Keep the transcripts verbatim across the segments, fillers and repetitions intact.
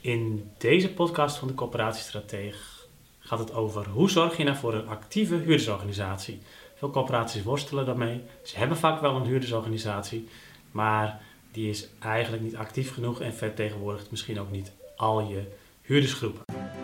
In deze podcast van de Coöperatiestrateeg gaat het over hoe zorg je nou voor een actieve huurdersorganisatie. Veel coöperaties worstelen daarmee. Ze hebben vaak wel een huurdersorganisatie, maar die is eigenlijk niet actief genoeg en vertegenwoordigt misschien ook niet al je huurdersgroepen.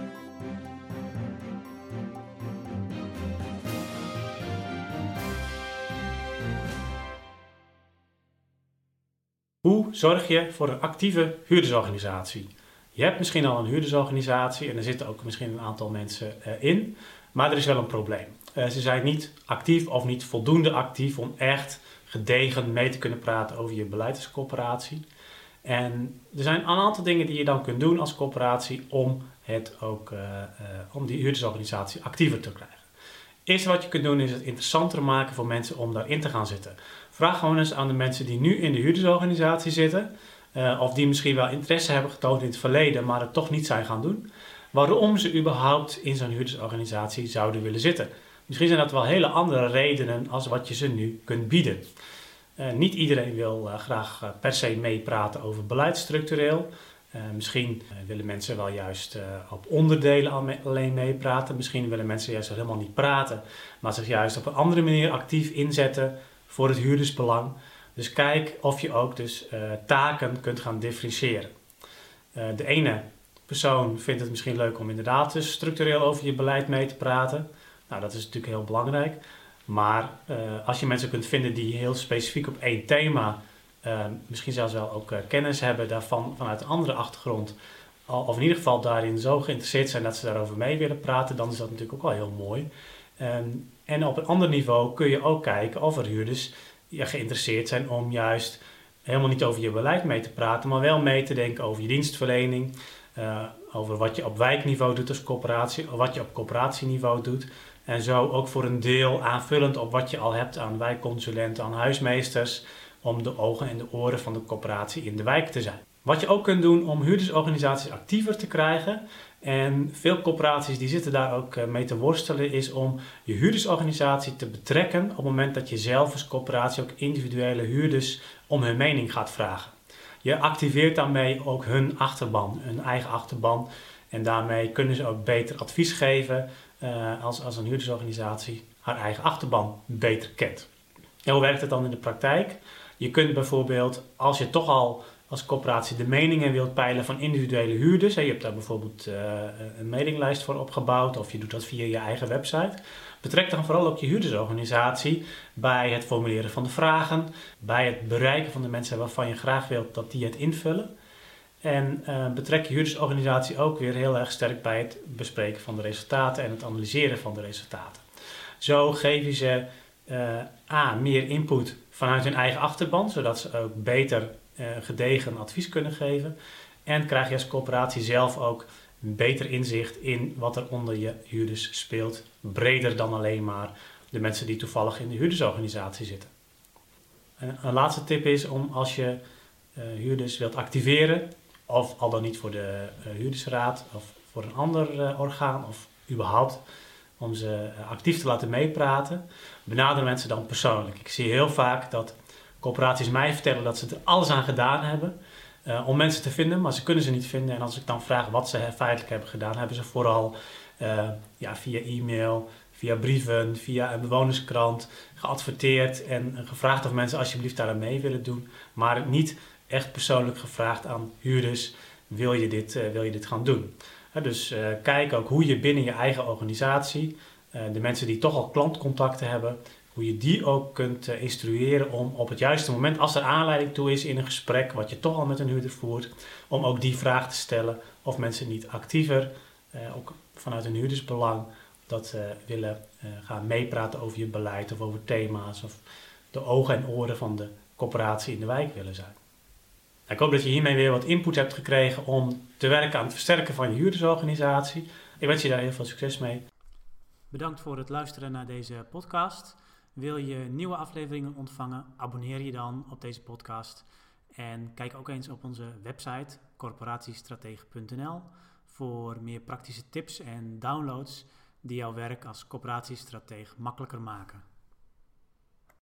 Hoe zorg je voor een actieve huurdersorganisatie? Je hebt misschien al een huurdersorganisatie en er zitten ook misschien een aantal mensen uh, in, maar er is wel een probleem. Uh, ze zijn niet actief of niet voldoende actief om echt gedegen mee te kunnen praten over je beleid als coöperatie. En er zijn een aantal dingen die je dan kunt doen als coöperatie om, het ook, uh, uh, om die huurdersorganisatie actiever te krijgen. Het eerste wat je kunt doen is het interessanter maken voor mensen om daarin te gaan zitten. Vraag gewoon eens aan de mensen die nu in de huurdersorganisatie zitten, uh, of die misschien wel interesse hebben getoond in het verleden, maar het toch niet zijn gaan doen, waarom ze überhaupt in zo'n huurdersorganisatie zouden willen zitten. Misschien zijn dat wel hele andere redenen als wat je ze nu kunt bieden. Uh, niet iedereen wil uh, graag uh, per se meepraten over beleid structureel. Uh, misschien uh, willen mensen wel juist uh, op onderdelen alleen meepraten. Misschien willen mensen juist helemaal niet praten, maar zich juist op een andere manier actief inzetten voor het huurdersbelang. Dus kijk of je ook dus uh, taken kunt gaan differentiëren. Uh, de ene persoon vindt het misschien leuk om inderdaad dus structureel over je beleid mee te praten. Nou, dat is natuurlijk heel belangrijk. Maar uh, als je mensen kunt vinden die heel specifiek op één thema, uh, misschien zelfs wel ook uh, kennis hebben daarvan vanuit een andere achtergrond, of in ieder geval daarin zo geïnteresseerd zijn dat ze daarover mee willen praten, dan is dat natuurlijk ook wel heel mooi. Um, en op een ander niveau kun je ook kijken of er huurders ja, geïnteresseerd zijn om juist helemaal niet over je beleid mee te praten, maar wel mee te denken over je dienstverlening, uh, over wat je op wijkniveau doet als coöperatie, of wat je op coöperatieniveau doet. En zo ook voor een deel aanvullend op wat je al hebt aan wijkconsulenten, aan huismeesters, om de ogen en de oren van de coöperatie in de wijk te zijn. Wat je ook kunt doen om huurdersorganisaties actiever te krijgen, en veel coöperaties die zitten daar ook mee te worstelen, is om je huurdersorganisatie te betrekken op het moment dat je zelf als coöperatie ook individuele huurders om hun mening gaat vragen. Je activeert daarmee ook hun achterban, hun eigen achterban, en daarmee kunnen ze ook beter advies geven uh, als, als een huurdersorganisatie haar eigen achterban beter kent. En hoe werkt het dan in de praktijk? Je kunt bijvoorbeeld, als je toch al als coöperatie de meningen wilt peilen van individuele huurders, je hebt daar bijvoorbeeld uh, een mailinglijst voor opgebouwd of je doet dat via je eigen website, betrek dan vooral ook je huurdersorganisatie bij het formuleren van de vragen, bij het bereiken van de mensen waarvan je graag wilt dat die het invullen. En uh, betrek je huurdersorganisatie ook weer heel erg sterk bij het bespreken van de resultaten en het analyseren van de resultaten. Zo geef je ze uh, A, meer input vanuit hun eigen achterban, zodat ze ook beter uh, gedegen advies kunnen geven. En krijg je als coöperatie zelf ook een beter inzicht in wat er onder je huurders speelt, breder dan alleen maar de mensen die toevallig in de huurdersorganisatie zitten. En een laatste tip is om als je uh, huurders wilt activeren, of al dan niet voor de uh, huurdersraad of voor een ander uh, orgaan of überhaupt om ze uh, actief te laten meepraten, benader mensen dan persoonlijk. Ik zie heel vaak dat coöperaties mij vertellen dat ze er alles aan gedaan hebben uh, om mensen te vinden, maar ze kunnen ze niet vinden. En als ik dan vraag wat ze feitelijk hebben gedaan, hebben ze vooral uh, ja, via e-mail, via brieven, via een bewonerskrant geadverteerd en uh, gevraagd of mensen alsjeblieft daar aan mee willen doen, maar niet echt persoonlijk gevraagd aan huurders, wil je dit, uh, wil je dit gaan doen? Uh, dus uh, kijk ook hoe je binnen je eigen organisatie, uh, de mensen die toch al klantcontacten hebben, hoe je die ook kunt uh, instrueren om op het juiste moment, als er aanleiding toe is in een gesprek, wat je toch al met een huurder voert, om ook die vraag te stellen of mensen niet actiever, uh, ook vanuit een huurdersbelang, dat uh, willen uh, gaan meepraten over je beleid of over thema's of de ogen en oren van de coöperatie in de wijk willen zijn. Ik hoop dat je hiermee weer wat input hebt gekregen om te werken aan het versterken van je huurdersorganisatie. Ik wens je daar heel veel succes mee. Bedankt voor het luisteren naar deze podcast. Wil je nieuwe afleveringen ontvangen? Abonneer je dan op deze podcast. En kijk ook eens op onze website coöperatiestratege punt n l voor meer praktische tips en downloads die jouw werk als coöperatiestratege makkelijker maken.